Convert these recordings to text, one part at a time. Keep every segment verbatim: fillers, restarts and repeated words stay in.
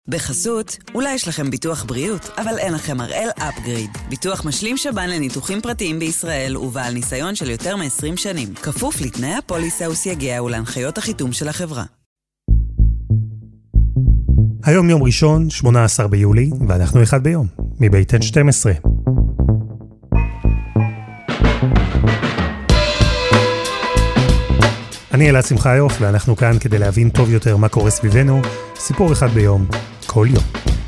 בחסות, אולי יש לכם ביטוח בריאות, אבל אין לכם הראל אפגריד. ביטוח משלים שב"ן לניתוחים פרטיים בישראל ובעל ניסיון של יותר מ-עשרים שנים. כפוף לתנאי הפוליסה וסייגיה ולהנחיות החיתום של החברה. היום יום ראשון, שמונה עשר ביולי, ואנחנו אחד ביום, מבית אן שתים עשרה. אני אלעד שמחיוף, ואנחנו כאן כדי להבין טוב יותר מה קורה סביבנו, סיפור אחד ביום, כל יום.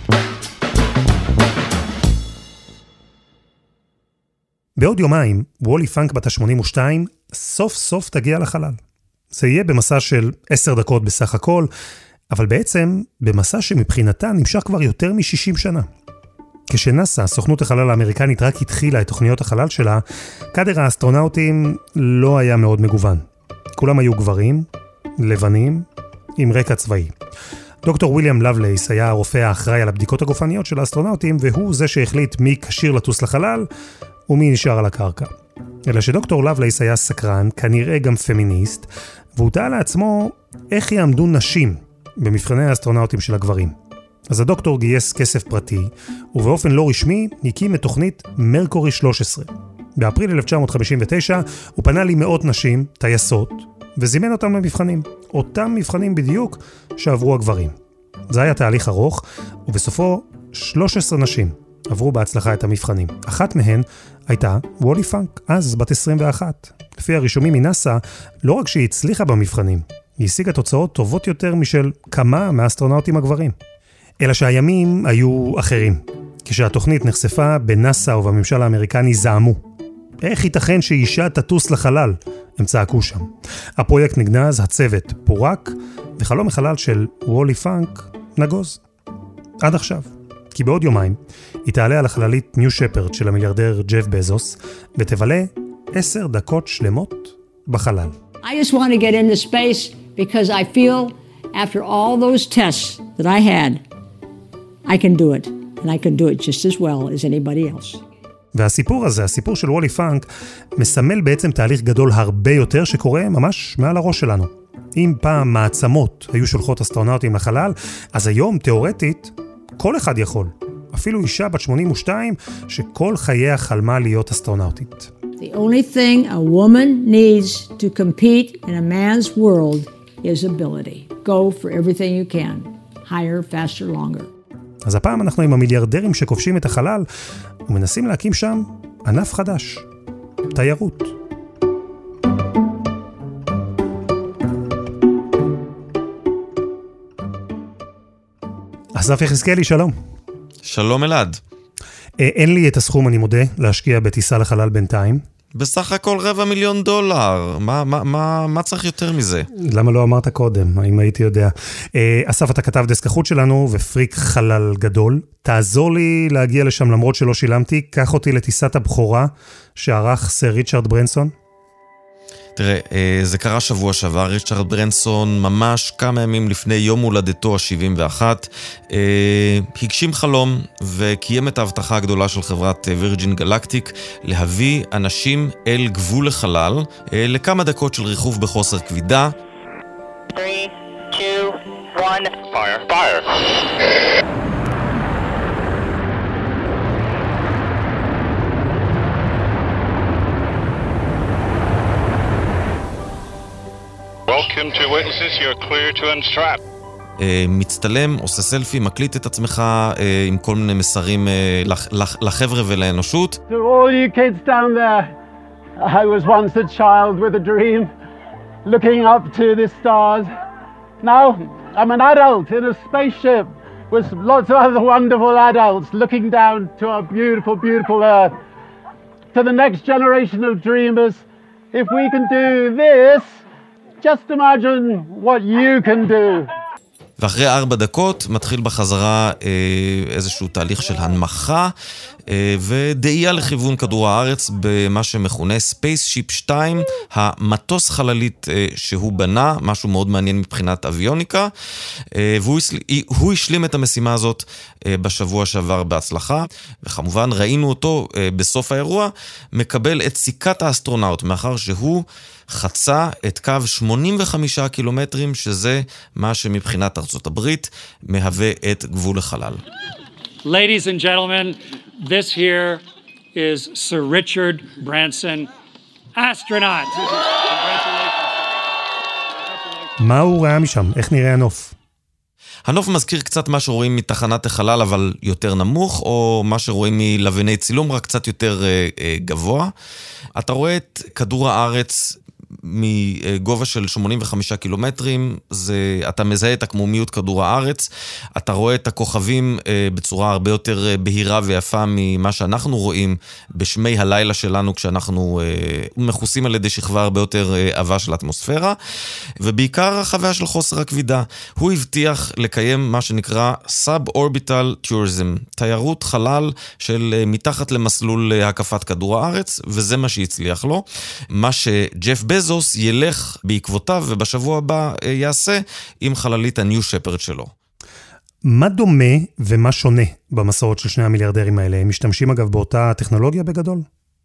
בעוד יומיים, וולי פאנק בת ה-שמונים ושתיים, סוף סוף תגיע לחלל. זה יהיה במסע של עשר דקות בסך הכל, אבל בעצם במסע שמבחינתה נמשך כבר יותר מ-שישים שנה. כשנאס"א, סוכנות החלל האמריקנית, רק התחילה את תוכניות החלל שלה, קאדר האסטרונאוטים לא היה מאוד מגוון. כולם היו גברים, לבנים, עם רקע צבאי. דוקטור וויליאם לבלייס היה הרופא האחראי על הבדיקות הגופניות של האסטרונאוטים, והוא זה שהחליט מי כשיר לטוס לחלל ומי נשאר על הקרקע. אלא שדוקטור לבלייס היה סקרן, כנראה גם פמיניסט, והוא טעה לעצמו איך יעמדו נשים במבחני האסטרונאוטים של הגברים. אז הדוקטור גייס כסף פרטי, ובאופן לא רשמי הקים את תוכנית מרקורי שלוש עשרה. באפריל אלף תשע מאות חמישים ותשע הוא פנה לי מאות נשים, טייסות, וזימן אותם למבחנים. אותם מבחנים בדיוק שעברו הגברים. זה היה תהליך ארוך, ובסופו שלוש עשרה נשים עברו בהצלחה את המבחנים. אחת מהן הייתה וולי פאנק, אז בת עשרים ואחת. לפי הרישומים מנאס"א, לא רק שהיא הצליחה במבחנים, היא השיגה תוצאות טובות יותר משל כמה מהאסטרונאוטים הגברים. אלא שהימים היו אחרים. כשהתוכנית נחשפה בנאס"א ובממשל האמריקני זעמו. איך ייתכן שאישה תטוס לחלל? הם צעקו שם. הפרויקט נגנז, הצוות פורק, וחלום החלל של וולי פאנק נגוז. עד עכשיו. כי בעוד יומיים היא תעלה על החללית ניו שפרד של המיליארדר ג'ף בזוס, ותבלה עשר דקות שלמות בחלל. I just want to get into space because I feel after all those tests that I had, I can do it. And I can do it just as well as anybody else. והסיפור הזה, הסיפור של וולי פאנק, מסמל בעצם תהליך גדול הרבה יותר שקורה ממש מעל הראש שלנו. אם פעם מעצמות היו שולחות אסטרונאוטים לחלל, אז היום, תיאורטית, כל אחד יכול. אפילו אישה בת שמונים ושתיים, שכל חייה חלמה להיות אסטרונאוטית. The only thing a woman needs to compete in a man's world is ability. Go for everything you can. Higher, faster, longer. אז הפעם אנחנו עם המיליארדרים שכובשים את החלל, ומנסים להקים שם ענף חדש, תיירות. אסף יחזקאלי, שלום. שלום אלעד. אין לי את הסכום, אני מודה, להשקיע בטיסה לחלל בינתיים. בסך הכל רבע מיליון דולר. מה, מה, מה, מה צריך יותר מזה? למה לא אמרת קודם, אם הייתי יודע? אסף, אתה כתב דסק החוץ שלנו, ופריק חלל גדול. תעזור לי להגיע לשם למרות שלא שילמתי. קח אותי לטיסת הבכורה שערך סר ריצ'רד ברנסון. תראה, זה קרה שבוע שעבר. ריצ'רד ברנסון ממש כמה ימים לפני יום הולדתו ה-שבעים ואחת הגשים חלום וקיים את ההבטחה הגדולה של חברת וירג'ין גלקטיק להביא אנשים אל גבול החלל לכמה דקות של ריחוף בחוסר כבידה. שלוש, שתיים, אחת, fire, fire. Welcome to witnesses, you're clear to unstrap. מצטלם, עושה סלפי, מקליט את עצמך עם כל מיני מסרים לחבר'ה ולאנושות. To all you kids down there, I was once a child with a dream, looking up to the stars. Now I'm an adult in a spaceship with lots of other wonderful adults looking down to our beautiful, beautiful Earth. To the next generation of dreamers, if we can do this, just imagine what you can do. ואחרי ארבע דקות מתחיל בחזרה אה, איזשהו תהליך של הנמכה אה, ודאייה לכיוון כדור הארץ במה שמכונה ספייסשיפ שתיים, המטוס חללית אה, שהוא בנה, משהו מאוד מעניין מבחינת אביוניקה, אה, והוא הוא השלים את המשימה הזאת אה, בשבוע שעבר בהצלחה, וכמובן ראינו אותו אה, בסוף האירוע מקבל את סיכת האסטרונאוט, מאחר שהוא חצה את קו שמונים וחמישה קילומטרים, שזה מה שמבחינת ארצות הברית מהווה את גבול החלל. Ladies and gentlemen, this here is Sir Richard Branson, astronaut. מה הוא ראה משם? איך נראה הנוף? הנוף מזכיר קצת מה שרואים מתחנת החלל, אבל יותר נמוך, או מה שרואים מלוויני צילום, רק קצת יותר אה, אה, גבוה. אתה רואה את כדור הארץ מגובה של שמונים וחמישה קילומטרים, זה, אתה מזהה את הקמומיות כדור הארץ, אתה רואה את הכוכבים אה, בצורה הרבה יותר אה, בהירה ויפה ממה שאנחנו רואים בשמי הלילה שלנו, כשאנחנו אה, מכוסים על ידי שכבה הרבה יותר אה, עבה של האטמוספירה, ובעיקר החוויה של חוסר הכבידה. הוא הבטיח לקיים מה שנקרא Suborbital Tourism, תיירות חלל של אה, מתחת למסלול אה, הקפת כדור הארץ, וזה מה שהצליח לו. מה שג'ף בזוס ילך בעקבותיו, ובשבוע הבא יעשה עם חללית הניו שפרד שלו. מה דומה ומה שונה במסעות של שני המיליארדרים האלה? הם משתמשים אגב באותה טכנולוגיה בגדול?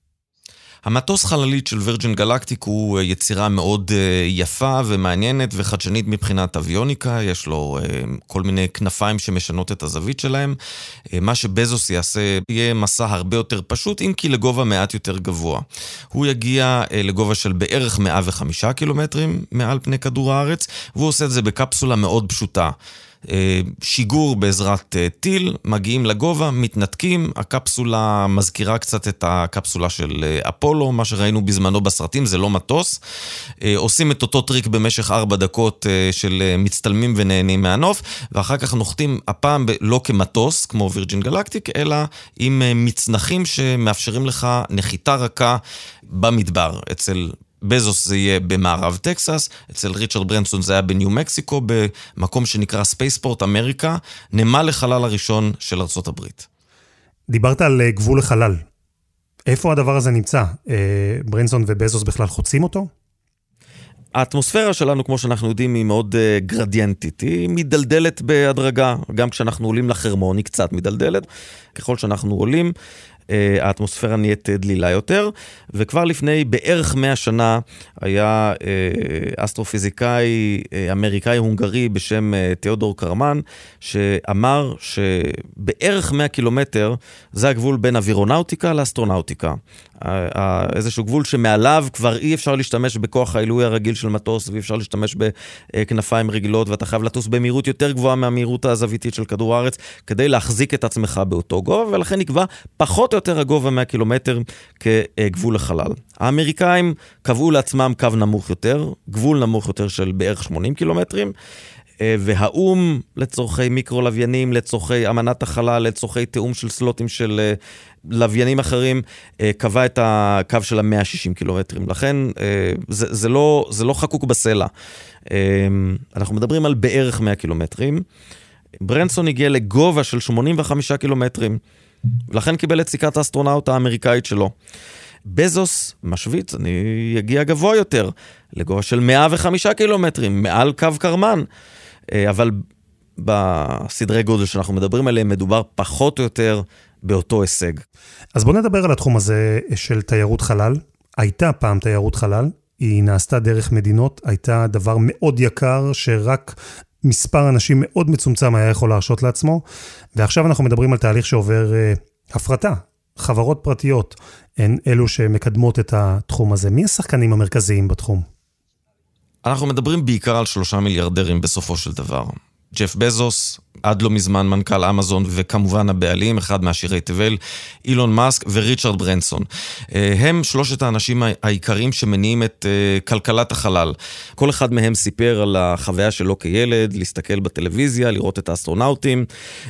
המטוס חללית של וירג'ין גלקטיק הוא יצירה מאוד יפה ומעניינת וחדשנית מבחינת אביוניקה, יש לו כל מיני כנפיים שמשנות את הזווית שלהם. מה שבזוס יעשה יהיה מסע הרבה יותר פשוט, אם כי לגובה מעט יותר גבוה. הוא יגיע לגובה של בערך מאה וחמישה קילומטרים מעל פני כדור הארץ, והוא עושה את זה בקפסולה מאוד פשוטה. שיגור בעזרת טיל, מגיעים לגובה, מתנתקים, הקפסולה מזכירה קצת את הקפסולה של אפולו, מה שראינו בזמנו בסרטים, זה לא מטוס, עושים את אותו טריק במשך ארבע דקות של מצטלמים ונהנים מהנוף, ואחר כך נוחתים הפעם לא כמטוס, כמו וירג'ין גלקטיק, אלא עם מצנחים שמאפשרים לך נחיתה רכה במדבר. אצל בזוס זה יהיה במערב טקסס, אצל ריצ'רד ברנסון זה היה בניו מקסיקו, במקום שנקרא ספייספורט אמריקה, נמל לחלל הראשון של ארצות הברית. דיברת על גבול החלל. איפה הדבר הזה נמצא? ברנסון ובזוס בכלל חוצים אותו? האטמוספירה שלנו, כמו שאנחנו יודעים, היא מאוד גרדיאנטית, היא מדלדלת בהדרגה, גם כשאנחנו עולים לחרמון היא קצת מדלדלת, ככל שאנחנו עולים, האטמוספירה נהיית דלילה יותר, וכבר לפני בערך מאה שנה היה אסטרופיזיקאי אמריקאי-הונגרי בשם תיאודור קרמן, שאמר שבערך מאה קילומטר זה הגבול בין אווירונאוטיקה לאסטרונאוטיקה. איזשהו גבול שמעליו כבר אי אפשר להשתמש בכוח העילוי הרגיל של מטוס, ואי אפשר להשתמש בכנפיים רגילות, ואתה חייב לטוס במהירות יותר גבוהה מהמהירות הזוויתית של כדור הארץ, כדי להחזיק את עצמך באותו גובה, ולכן נקבע פחות או יותר הגובה מאה קילומטר כגבול החלל. האמריקאים קבעו לעצמם קו נמוך יותר, גבול נמוך יותר של בערך שמונים קילומטרים, והאום לצורכי מיקרו-לוויינים, לצורכי אמנת החלל, לצורכי תאום של סלוטים של לוויינים אחרים, קבע את הקו של ה-מאה ושישים קילומטרים. לכן זה, זה לא, זה לא חקוק בסלע. אנחנו מדברים על בערך מאה קילומטרים. ברנסון הגיע לגובה של שמונים וחמישה קילומטרים, ולכן קיבל את סיכת האסטרונאוט האמריקאית שלו. בזוס משוויץ, אני אגיע גבוה יותר, לגובה של מאה וחמישה קילומטרים, מעל קו קרמן, אבל בסדרי גודל שאנחנו מדברים עליהם, מדובר פחות או יותר באותו הישג. אז בוא נדבר על התחום הזה של תיירות חלל. הייתה פעם תיירות חלל, היא נעשתה דרך מדינות, הייתה דבר מאוד יקר, שרק מספר אנשים מאוד מצומצם היה יכול להרשות לעצמו, ועכשיו אנחנו מדברים על תהליך שעובר אה, הפרטה. חברות פרטיות הן אלו שמקדמות את התחום הזה. מי השחקנים המרכזיים בתחום? אנחנו מדברים בעיקר על שלושה מיליארדרים בסופו של דבר. ג'ף בזוס, עד לא מזמן מנכ"ל אמזון, וכמובן הבעלים, אחד מהשירי תבל, אילון מאסק וריצ'רד ברנסון. הם שלושת האנשים העיקריים שמניעים את כלכלת החלל. כל אחד מהם סיפר על החוויה שלו כילד, להסתכל בטלוויזיה, לראות את האסטרונאוטים.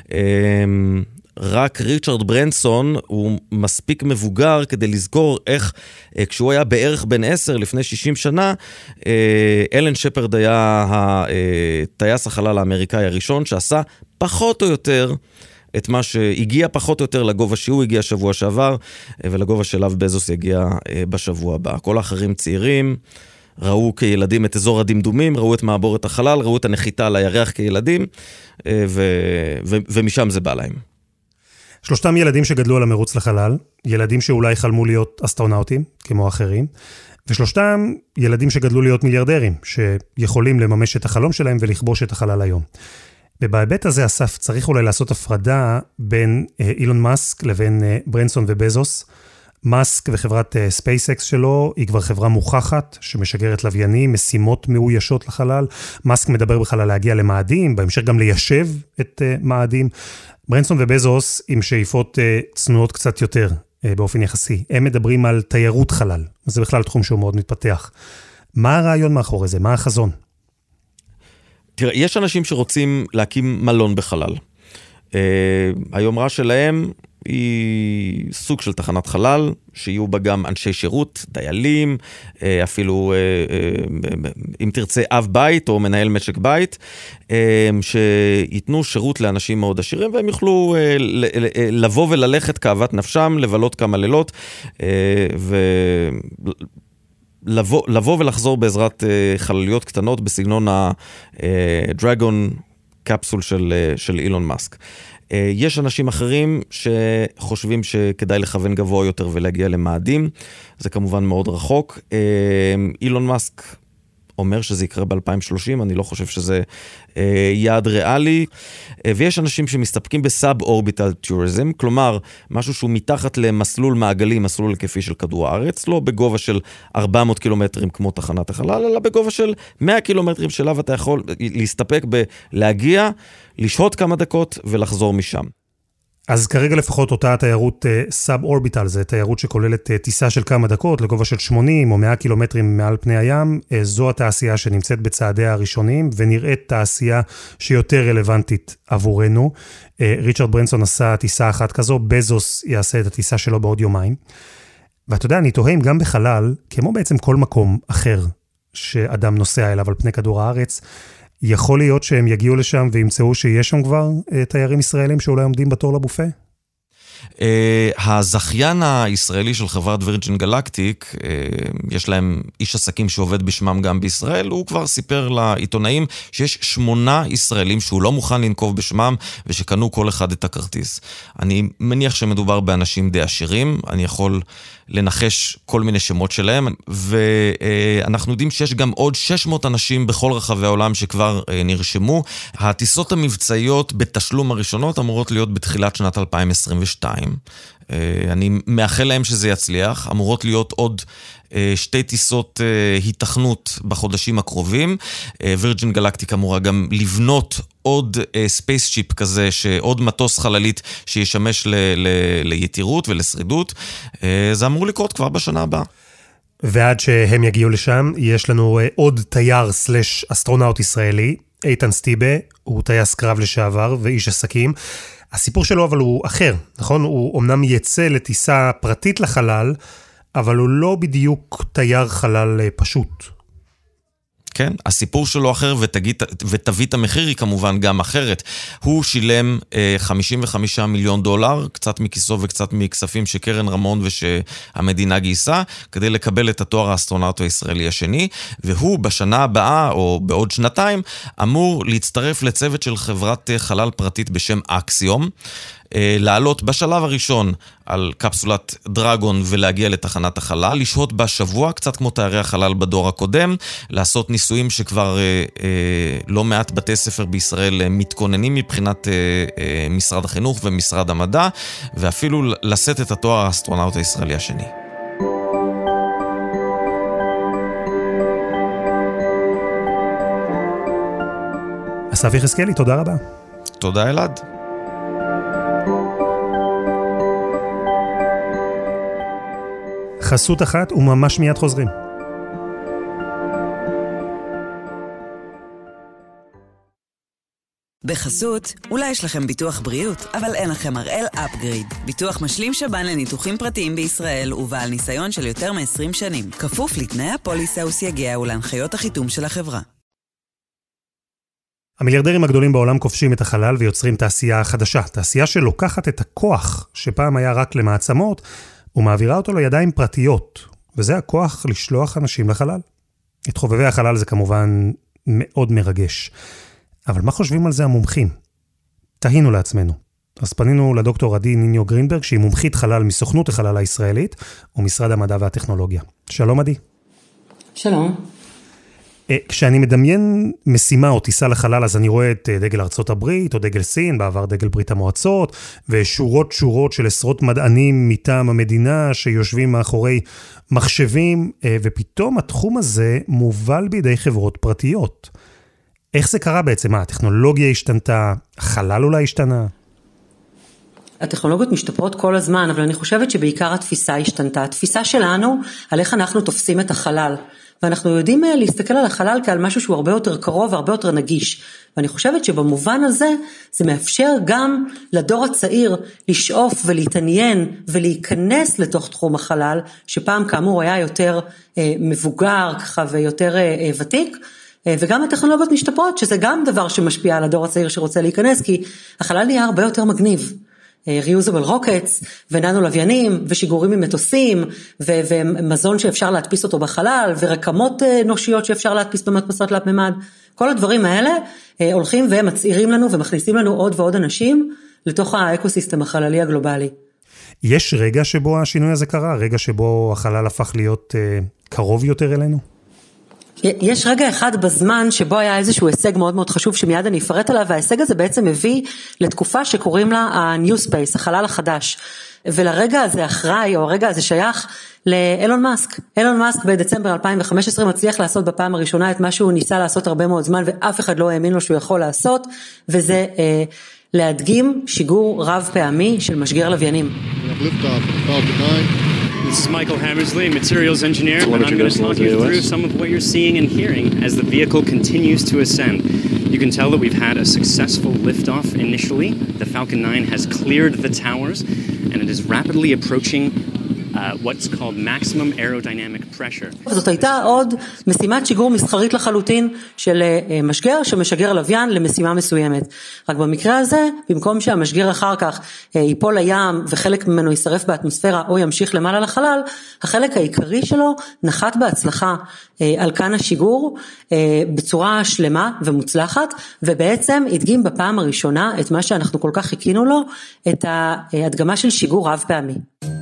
רק ריצ'רד ברנסון הוא מספיק מבוגר כדי לזכור איך, כשהוא היה בערך בן עשר לפני שישים שנה, אלן שפרד היה הטייס החלל האמריקאי הראשון שעשה פחות או יותר את מה שהגיע פחות או יותר לגובה שהוא הגיע שבוע שעבר, ולגובה שלב בזוס יגיע בשבוע הבא. כל האחרים צעירים, ראו כילדים את אזור הדמדומים, ראו את מעבורת החלל, ראו את הנחיתה על הירח כילדים, ו- ו- ומשם זה בא להם. שלושתם ילדים שגדלו על המרוץ לחלל, ילדים שאולי חלמו להיות אסטרונאוטים, כמו אחרים, ושלושתם ילדים שגדלו להיות מיליארדרים, שיכולים לממש את החלום שלהם ולכבוש את החלל היום. ובהיבט הזה, אסף, צריך אולי לעשות הפרדה בין אילון מאסק לבין ברנסון ובזוס. מאסק וחברת ספייסקס שלו היא כבר חברה מוכחת שמשגרת לוויינים, משימות מאוישות לחלל. מאסק מדבר בכלל על להגיע למאדים, בהמשך גם ליישב את מאדים. ברנסון ובזוס עם שאיפות צנועות קצת יותר באופן יחסי. הם מדברים על תיירות חלל. זה בכלל תחום שהוא מאוד מתפתח. מה הרעיון מאחורי זה? מה החזון? תראה, יש אנשים שרוצים להקים מלון בחלל. היומרה שלהם היא סוג של תחנת חלל, שיהיו בה גם אנשי שירות, דיילים, אפילו אם תרצה אב בית או מנהל משק בית, שיתנו שירות לאנשים מאוד עשירים, והם יוכלו לבוא וללכת כאוות נפשם, לבלות כמה לילות, ולבוא לבוא ולחזור בעזרת חלליות קטנות בסגנון הדרגון קפסול של, של אילון מאסק. יש אנשים אחרים שחושבים שכדאי לכוון גבוה יותר ולהגיע למאדים, זה כמובן מאוד רחוק. אילון מאסק אומר שזה יקרה ב-אלפיים ושלושים, אני לא חושב שזה יעד ריאלי, ויש אנשים שמסתפקים בסאב-אורביטל טוריזם, כלומר, משהו שהוא מתחת למסלול מעגלי, מסלול היקפי של כדור הארץ, לא בגובה של ארבע מאות קילומטרים כמו תחנת החלל, אלא בגובה של מאה קילומטרים שלה, ואתה יכול להסתפק בלהגיע, לשהות כמה דקות ולחזור משם. אז כרגע לפחות אותה תיירות סאב-אורביטל, זה תיירות שכוללת טיסה של כמה דקות, לגובה של שמונים או מאה קילומטרים מעל פני הים, זו התעשייה שנמצאת בצעדיה הראשונים, ונראית תעשייה שיותר רלוונטית עבורנו. ריצ'רד ברנסון עשה טיסה אחת כזו, בזוס יעשה את הטיסה שלו בעוד יומיים. ואתה יודע, אני תוהה אם גם בחלל, כמו בעצם כל מקום אחר שאדם נוסע אליו על פני כדור הארץ, יכול להיות שהם יגיעו לשם וימצאו שיש שם כבר תיירים ישראלים שאולי עומדים בתור לבופה? הזכיין הישראלי של חברת וירג'ין גלקטיק, יש להם איש עסקים שעובד בשמם גם בישראל, הוא כבר סיפר לעיתונאים שיש שמונה ישראלים שהוא לא מוכן לנקוב בשמם, ושקנו כל אחד את הכרטיס. אני מניח שמדובר באנשים די עשירים, אני יכול לנחש כל מיני שמות שלהם, ואנחנו יודעים שיש גם עוד שש מאות אנשים בכל רחבי העולם שכבר נרשמו. הטיסות המבצעיות בתשלום הראשונות אמורות להיות בתחילת שנת אלפיים עשרים ושתיים. אני מאחל להם שזה יצליח, אמורות להיות עוד שתי טיסות התכנות בחודשים הקרובים. וירג'ין גלקטיק אמורה גם לבנות עוד ספייסשיפ כזה, שעוד מטוס חללית שישמש ל- ל- ליתירות ולשרידות. זה אמור לקרות כבר בשנה הבאה. ועד שהם יגיעו לשם, יש לנו עוד תייר סלש אסטרונאוט ישראלי, איתן סטיבה, הוא טייס קרב לשעבר ואיש עסקים. הסיפור שלו אבל הוא אחר, נכון? הוא אמנם יצא לטיסה פרטית לחלל, אבל הוא לא בדיוק תייר חלל פשוט. כן, הסיפור שלו אחר, ותגיד, ותווית המחיר היא כמובן גם אחרת. הוא שילם אה, חמישים וחמישה מיליון דולר, קצת מכיסו וקצת מכספים שקרן רמון ושהמדינה גייסה, כדי לקבל את התואר האסטרונאוט הישראלי השני, והוא בשנה הבאה, או בעוד שנתיים, אמור להצטרף לצוות של חברת חלל פרטית בשם אקסיום, לעלות בשלב הראשון על קפסולת דרגון ולהגיע לתחנת החלל, לשהות בה שבוע, קצת כמו תיירי החלל בדור הקודם, לעשות ניסויים שכבר אה, אה, לא מעט בתי ספר בישראל מתכוננים מבחינת אה, אה, משרד החינוך ומשרד המדע, ואפילו לשאת את התואר האסטרונאוט הישראלי השני. אסף יחזקאלי, תודה רבה. תודה אלעד. חסות אחת וממש מיד חוזרים. בחסות, אולי יש לכם ביטוח בריאות, אבל אין לכם הראל אפגריד. ביטוח משלים שב"ן לניתוחים פרטיים בישראל ובעל ניסיון של יותר מ-עשרים שנים. כפוף לתנאי הפוליסה וסייגיה ולהנחיות החיתום של החברה. המיליארדרים הגדולים בעולם כובשים את החלל ויוצרים תעשייה חדשה. תעשייה שלוקחת את הכוח שפעם היה רק למעצמות, ומעבירה אותו לידיים פרטיות, וזה הכוח לשלוח אנשים לחלל. את חובבי החלל זה כמובן מאוד מרגש. אבל מה חושבים על זה המומחים? תהינו לעצמנו. אז פנינו לדוקטור עדי ניניו גרינברג, שהיא מומחית חלל מסוכנות החלל הישראלית, ומשרד המדע והטכנולוגיה. שלום עדי. שלום. כשאני מדמיין משימה או טיסה לחלל, אז אני רואה את דגל ארצות הברית או דגל סין, בעבר דגל ברית המועצות, ושורות שורות של עשרות מדענים מטעם המדינה שיושבים מאחורי מחשבים, ופתאום התחום הזה מובל בידי חברות פרטיות. איך זה קרה בעצם? מה, הטכנולוגיה השתנתה? החלל אולי השתנה? הטכנולוגיות משתפרות כל הזמן, אבל אני חושבת שבעיקר התפיסה השתנתה. התפיסה שלנו על איך אנחנו תופסים את החלל. ואנחנו יודעים להסתכל על החלל כעל משהו שהוא הרבה יותר קרוב והרבה יותר נגיש. ואני חושבת שבמובן הזה זה מאפשר גם לדור הצעיר לשאוף ולהתעניין ולהיכנס לתוך תחום החלל, שפעם כאמור היה יותר אה, מבוגר ככה ויותר אה, ותיק, אה, וגם הטכנולוגיות משתפרות, שזה גם דבר שמשפיע על הדור הצעיר שרוצה להיכנס, כי החלל נהיה הרבה יותר מגניב. reusable rockets וננו לוויינים ושיגורים ממטוסים ו- ומזון שאפשר להדפיס אותו בחלל ורקמות נושיות שאפשר להדפיס במדפסות תלת ממד. כל הדברים האלה הולכים ומצעירים לנו ומכניסים לנו עוד ועוד אנשים לתוך האקוסיסטם החללי הגלובלי. יש רגע שבו השינוי הזה קרה? רגע שבו החלל הפך להיות uh, קרוב יותר אלינו? יש רגע אחד בזמן שבו היה איזשהו הישג מאוד מאוד חשוב שמיד אני אפרט עליו, וההישג הזה בעצם מביא לתקופה שקוראים לה ה-New Space, החלל החדש, ולרגע הזה אחראי, או הרגע הזה שייך לאילון מאסק. אילון מאסק בדצמבר אלפיים וחמש עשרה מצליח לעשות בפעם הראשונה את מה שהוא ניסה לעשות הרבה מאוד זמן, ואף אחד לא האמין לו שהוא יכול לעשות, וזה אה, להדגים שיגור רב פעמי של משגר לוויינים. This is Michael Hammersley, materials engineer, and I'm going to talk you through some of what you're seeing and hearing as the vehicle continues to ascend. You can tell that we've had a successful liftoff initially. The Falcon nine has cleared the towers, and it is rapidly approaching uh, what's called maximum aerodynamic pressure. זאת הייתה עוד משימת שיגור מסחרית לחלוטין של משגר שמשגר לוויין למשימה מסוימת. רק במקרה הזה, במקום שהמשגר אחר כך ייפול לים וחלק ממנו יישרף באטמוספירה או ימשיך למעלה לחלל, החלק העיקרי שלו נחת בהצלחה על כאן השיגור בצורה שלמה ומוצלחת, ובעצם הדגים בפעם הראשונה את מה שאנחנו כל כך חיכינו לו, את ההדגמה של שיגור רב פעמי.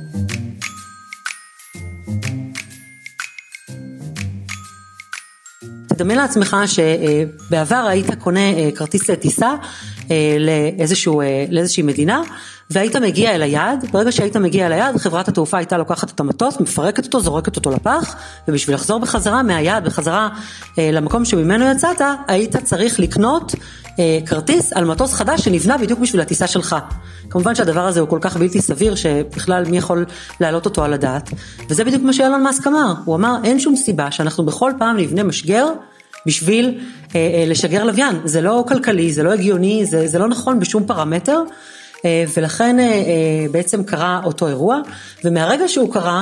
תדמיין לעצמך שבעבר היית קונה כרטיס טיסה לאיזשהו, לאיזושהי מדינה, והיית מגיע אל היעד. ברגע שהיית מגיע אל היעד, חברת התעופה הייתה לוקחת את המטוס, מפרקת אותו, זורקת אותו לפח, ובשביל לחזור בחזרה מהיעד, בחזרה למקום שממנו יצאת, היית צריך לקנות כרטיס על מטוס חדש שנבנה בדיוק בשביל הטיסה שלך. כמובן שהדבר הזה הוא כל כך בלתי סביר, שבכלל מי יכול להעלות אותו על הדעת. וזה בדיוק מה שאילון מאסק אמר. הוא אמר, אין שום סיבה שאנחנו בכל פעם נבנה משגר, בשביל אה, אה, לשגר לוויין. זה לא כלכלי, זה לא הגיוני, זה, זה לא נכון בשום פרמטר, אה, ולכן אה, אה, בעצם קרה אותו אירוע, ומהרגע שהוא קרה,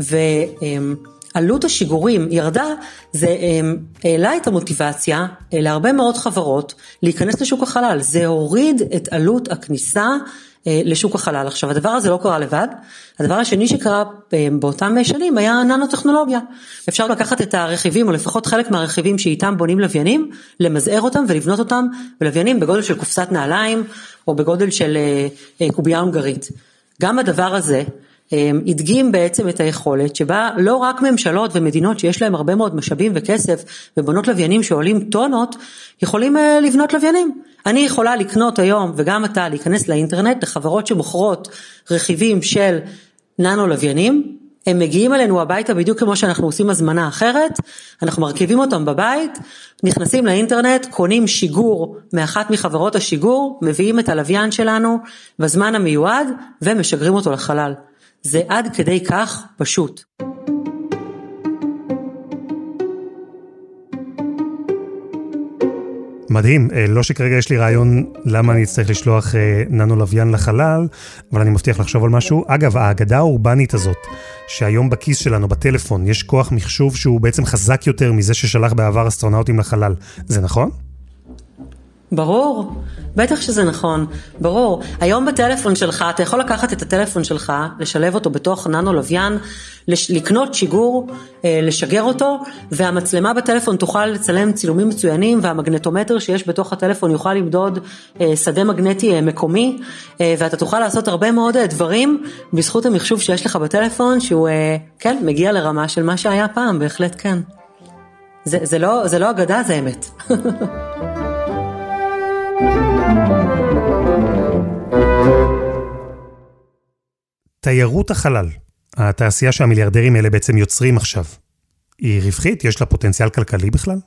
ועלות השיגורים ירדה, זה אה, העלה את המוטיבציה אה, להרבה מאוד חברות להיכנס לשוק החלל. זה הוריד את עלות הכניסה לשוק החלל. עכשיו, הדבר הזה לא קרה לבד. הדבר השני שקרה באותם שנים היה ננו-טכנולוגיה. אפשר לקחת את הרכיבים, או לפחות חלק מהרכיבים שאיתם בונים לוויינים, למזער אותם ולבנות אותם בלוויינים בגודל של קופסת נעליים, או בגודל של קובייה הונגרית. גם הדבר הזה הדגים בעצם את היכולת שבה לא רק ממשלות ומדינות שיש להם הרבה מאוד משאבים וכסף ובונות לוויינים שעולים טונות, יכולים לבנות לוויינים. אני יכולה לקנות היום, וגם אתה, להיכנס לאינטרנט לחברות שמוכרות רכיבים של ננו לוויינים, הם מגיעים אלינו הביתה בדיוק כמו שאנחנו עושים הזמנה אחרת, אנחנו מרכיבים אותם בבית, נכנסים לאינטרנט, קונים שיגור מאחת מחברות השיגור, מביאים את הלוויין שלנו בזמן המיועד ומשגרים אותו לחלל. זה עד כדי כך פשוט. מדהים, לא שכרגע יש לי רעיון למה אני אצטרך לשלוח ננו לוויין לחלל, אבל אני מבטיח לחשוב על משהו. אגב, האגדה האורבנית הזאת, שהיום בכיס שלנו, בטלפון, יש כוח מחשוב שהוא בעצם חזק יותר מזה ששלח בעבר אסטרונאוטים לחלל. זה נכון? ברור, בטח שזה נכון, ברור. היום בטלפון שלך, אתה יכול לקחת את הטלפון שלך, לשלב אותו בתוך ננו לוויין, לקנות שיגור, לשגר אותו, והמצלמה בטלפון תוכל לצלם צילומים מצוינים, והמגנטומטר שיש בתוך הטלפון יוכל למדוד שדה מגנטי מקומי, ואתה תוכל לעשות הרבה מאוד דברים, בזכות המחשוב שיש לך בטלפון, שהוא כן, מגיע לרמה של מה שהיה פעם, בהחלט כן. זה, זה לא, זה לא אגדה, זה אמת. תיירות החלל, התעשייה שהמיליארדרים האלה בעצם יוצרים עכשיו, היא רווחית? יש לה פוטנציאל כלכלי בכלל?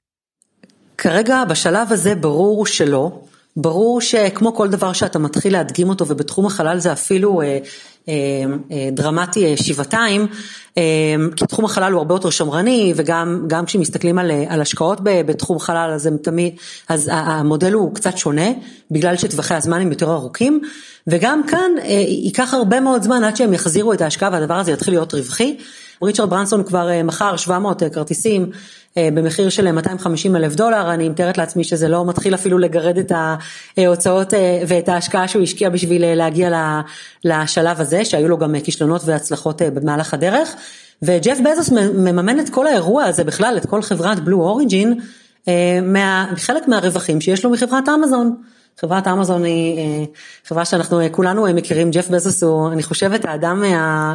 כרגע בשלב הזה ברור שלא, ברור שכמו כל דבר שאתה מתחיל להדגים אותו, ובתחום החלל זה אפילו אה, אה, אה, דרמטי שבעתיים, אה, כי תחום החלל הוא הרבה יותר שמרני, וגם גם כשמסתכלים על, על השקעות בתחום חלל, אז, תמיד, אז המודל הוא קצת שונה, בגלל שטווחי הזמן הם יותר ארוכים, וגם כאן אה, ייקח הרבה מאוד זמן עד שהם יחזירו את ההשקעה, והדבר הזה יתחיל להיות רווחי. ריצ'רד ברנסון כבר אה, מכר שבע מאות כרטיסים, במחיר של מאתיים וחמישים אלף דולר, אני מתארת לעצמי שזה לא מתחיל אפילו לגרד את ההוצאות ואת ההשקעה שהוא השקיע בשביל להגיע לשלב הזה, שהיו לו גם כישלונות והצלחות במהלך הדרך, וג'ף בזוס מממן את כל האירוע הזה בכלל, את כל חברת בלו אוריג'ין, חלק מהרווחים שיש לו מחברת אמזון. חברת אמזון היא חברה שאנחנו כולנו מכירים, ג'ף בזוס הוא, אני חושבת, האדם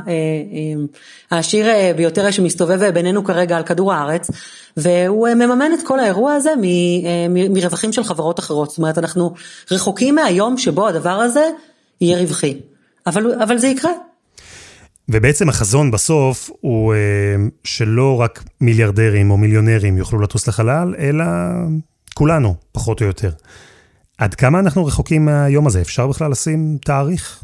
העשיר ביותר שמסתובב בינינו כרגע על כדור הארץ, והוא מממן את כל האירוע הזה מרווחים של חברות אחרות, זאת אומרת, אנחנו רחוקים מהיום שבו הדבר הזה יהיה רווחי, אבל, אבל זה יקרה. ובעצם החזון בסוף הוא שלא רק מיליארדרים או מיליונרים יוכלו לטוס לחלל, אלא כולנו, פחות או יותר. עד כמה אנחנו רחוקים מהיום הזה? אפשר בכלל לשים תאריך?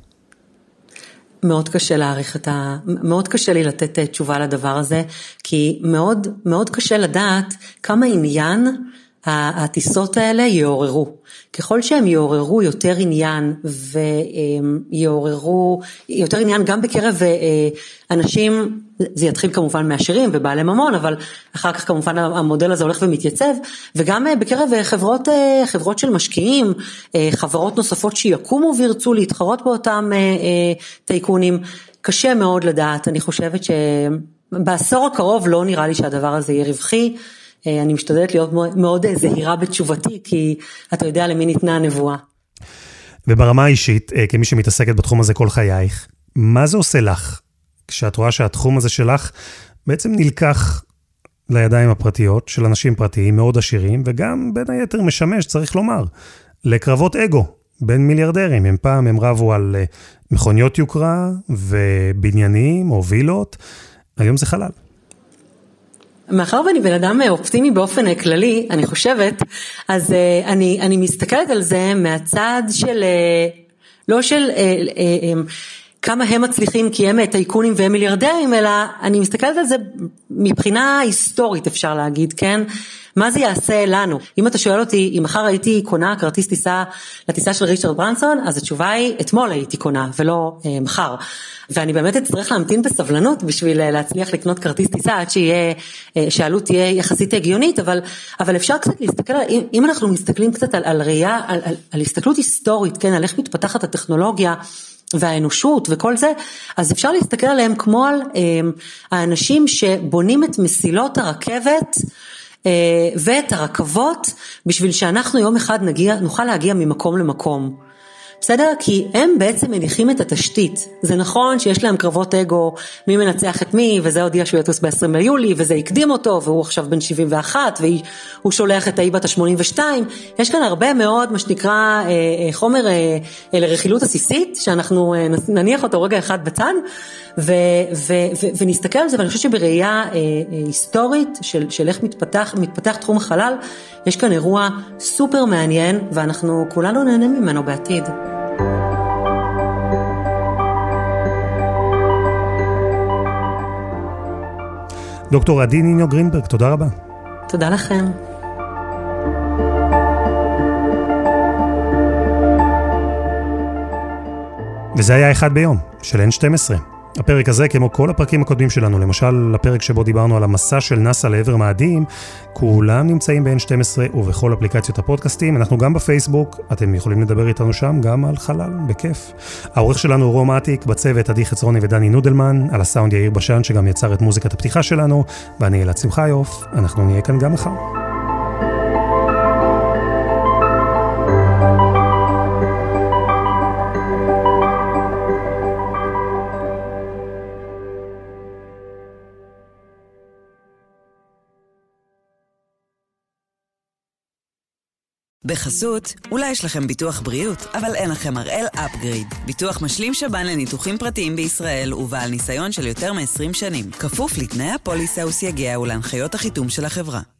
מאוד קשה להעריך את ה... מאוד קשה לי לתת תשובה לדבר הזה, כי מאוד, מאוד קשה לדעת כמה עניין הטיסות האלה יעוררו. ככל שהם יעוררו יותר עניין, ויעוררו יותר עניין גם בקרב אנשים, זה יתחיל כמובן מעשירים ובעלי ממון, אבל אחר כך כמובן המודל הזה הולך ומתייצב, וגם בקרב חברות, חברות של משקיעים, חברות נוספות שיקומו וירצו להתחרות באותם טייקונים, קשה מאוד לדעת. אני חושבת שבעשור הקרוב לא נראה לי שהדבר הזה יהיה רווחי, אני משתדלת להיות מאוד זהירה בתשובתי, כי אתה יודע למי ניתנה הנבואה. וברמה האישית, כמי שמתעסקת בתחום הזה כל חייך, מה זה עושה לך? כשאת רואה שהתחום הזה שלך בעצם נלקח לידיים הפרטיות של אנשים פרטיים מאוד עשירים, וגם בין היתר משמש, צריך לומר, לקרבות אגו בין מיליארדרים. הם פעם הם רבו על מכוניות יוקרה ובניינים או וילות, היום זה חלל. מאחר ואני בן אדם אופטימי באופן כללי, אני חושבת, אז אני, אני מסתכלת על זה מהצד של, לא של כמה הם מצליחים כי הם טייקונים והם מיליארדרים, אלא אני מסתכלת על זה מבחינה היסטורית, אפשר להגיד, כן? מה זה יעשה לנו? אם אתה שואל אותי, אם מחר הייתי קונה כרטיס טיסה לטיסה של ריצ'רד ברנסון, אז התשובה היא, אתמול הייתי קונה, ולא אה, מחר. ואני באמת אצטרך להמתין בסבלנות, בשביל להצליח לקנות כרטיס טיסה, עד שיהיה, אה, שהעלות תהיה יחסית הגיונית, אבל, אבל אפשר קצת להסתכל, אם, אם אנחנו מסתכלים קצת על, על ראייה, על, על, על הסתכלות היסטורית, כן, על איך מתפתחת הטכנולוגיה, והאנושות וכל זה, אז אפשר להסתכל עליהם כמו על אה, האנשים שבונים את מסילות הרכבת, ואת הרכבות, בשביל שאנחנו יום אחד נגיע, נוכל להגיע ממקום למקום. בסדר? כי הם בעצם מניחים את התשתית. זה נכון שיש להם קרבות אגו, מי מנצח את מי, וזה הודיע שהוא יטוס ב-עשרים ליולי, וזה יקדים אותו, והוא עכשיו בן שבעים ואחת, והוא שולח את האי בת ה-שמונים ושתיים. יש כאן הרבה מאוד, מה שנקרא, חומר לרכילות עסיסית, שאנחנו נניח אותו רגע אחד בצד, ו- ו- ו- ונסתכל על זה, ואני חושבת שבראייה היסטורית, של, של איך מתפתח, מתפתח תחום החלל, יש כאן אירוע סופר מעניין, ואנחנו כולנו נהנים ממנו בעתיד. דוקטור עדי ניניו גרינברג, תודה רבה. תודה לכם. וזה היה אחד ביום, של אן שתים עשרה. הפרק הזה, כמו כל הפרקים הקודמים שלנו, למשל הפרק שבו דיברנו על המסע של נאסא לעבר מאדים, כולם נמצאים ב-אן שתים עשרה ובכל אפליקציות הפודקאסטים. אנחנו גם בפייסבוק, אתם יכולים לדבר איתנו שם גם על חלל, בכיף. העורך שלנו הוא רום עתיק, בצוות עדי חצרוני ודני נודלמן, על הסאונד יאיר בשן שגם יצר את מוזיקת הפתיחה שלנו, ואני אלעד שמחיוף, אנחנו נהיה כאן גם מחר. בחסות, אולי יש לכם ביטוח בריאות, אבל אין לכם הראל אפגריד. ביטוח משלים שב"ן לניתוחים פרטיים בישראל ובעל ניסיון של יותר מ-עשרים שנים. כפוף לתנאי הפוליסה וסייגיה ולהנחיות החיתום של החברה.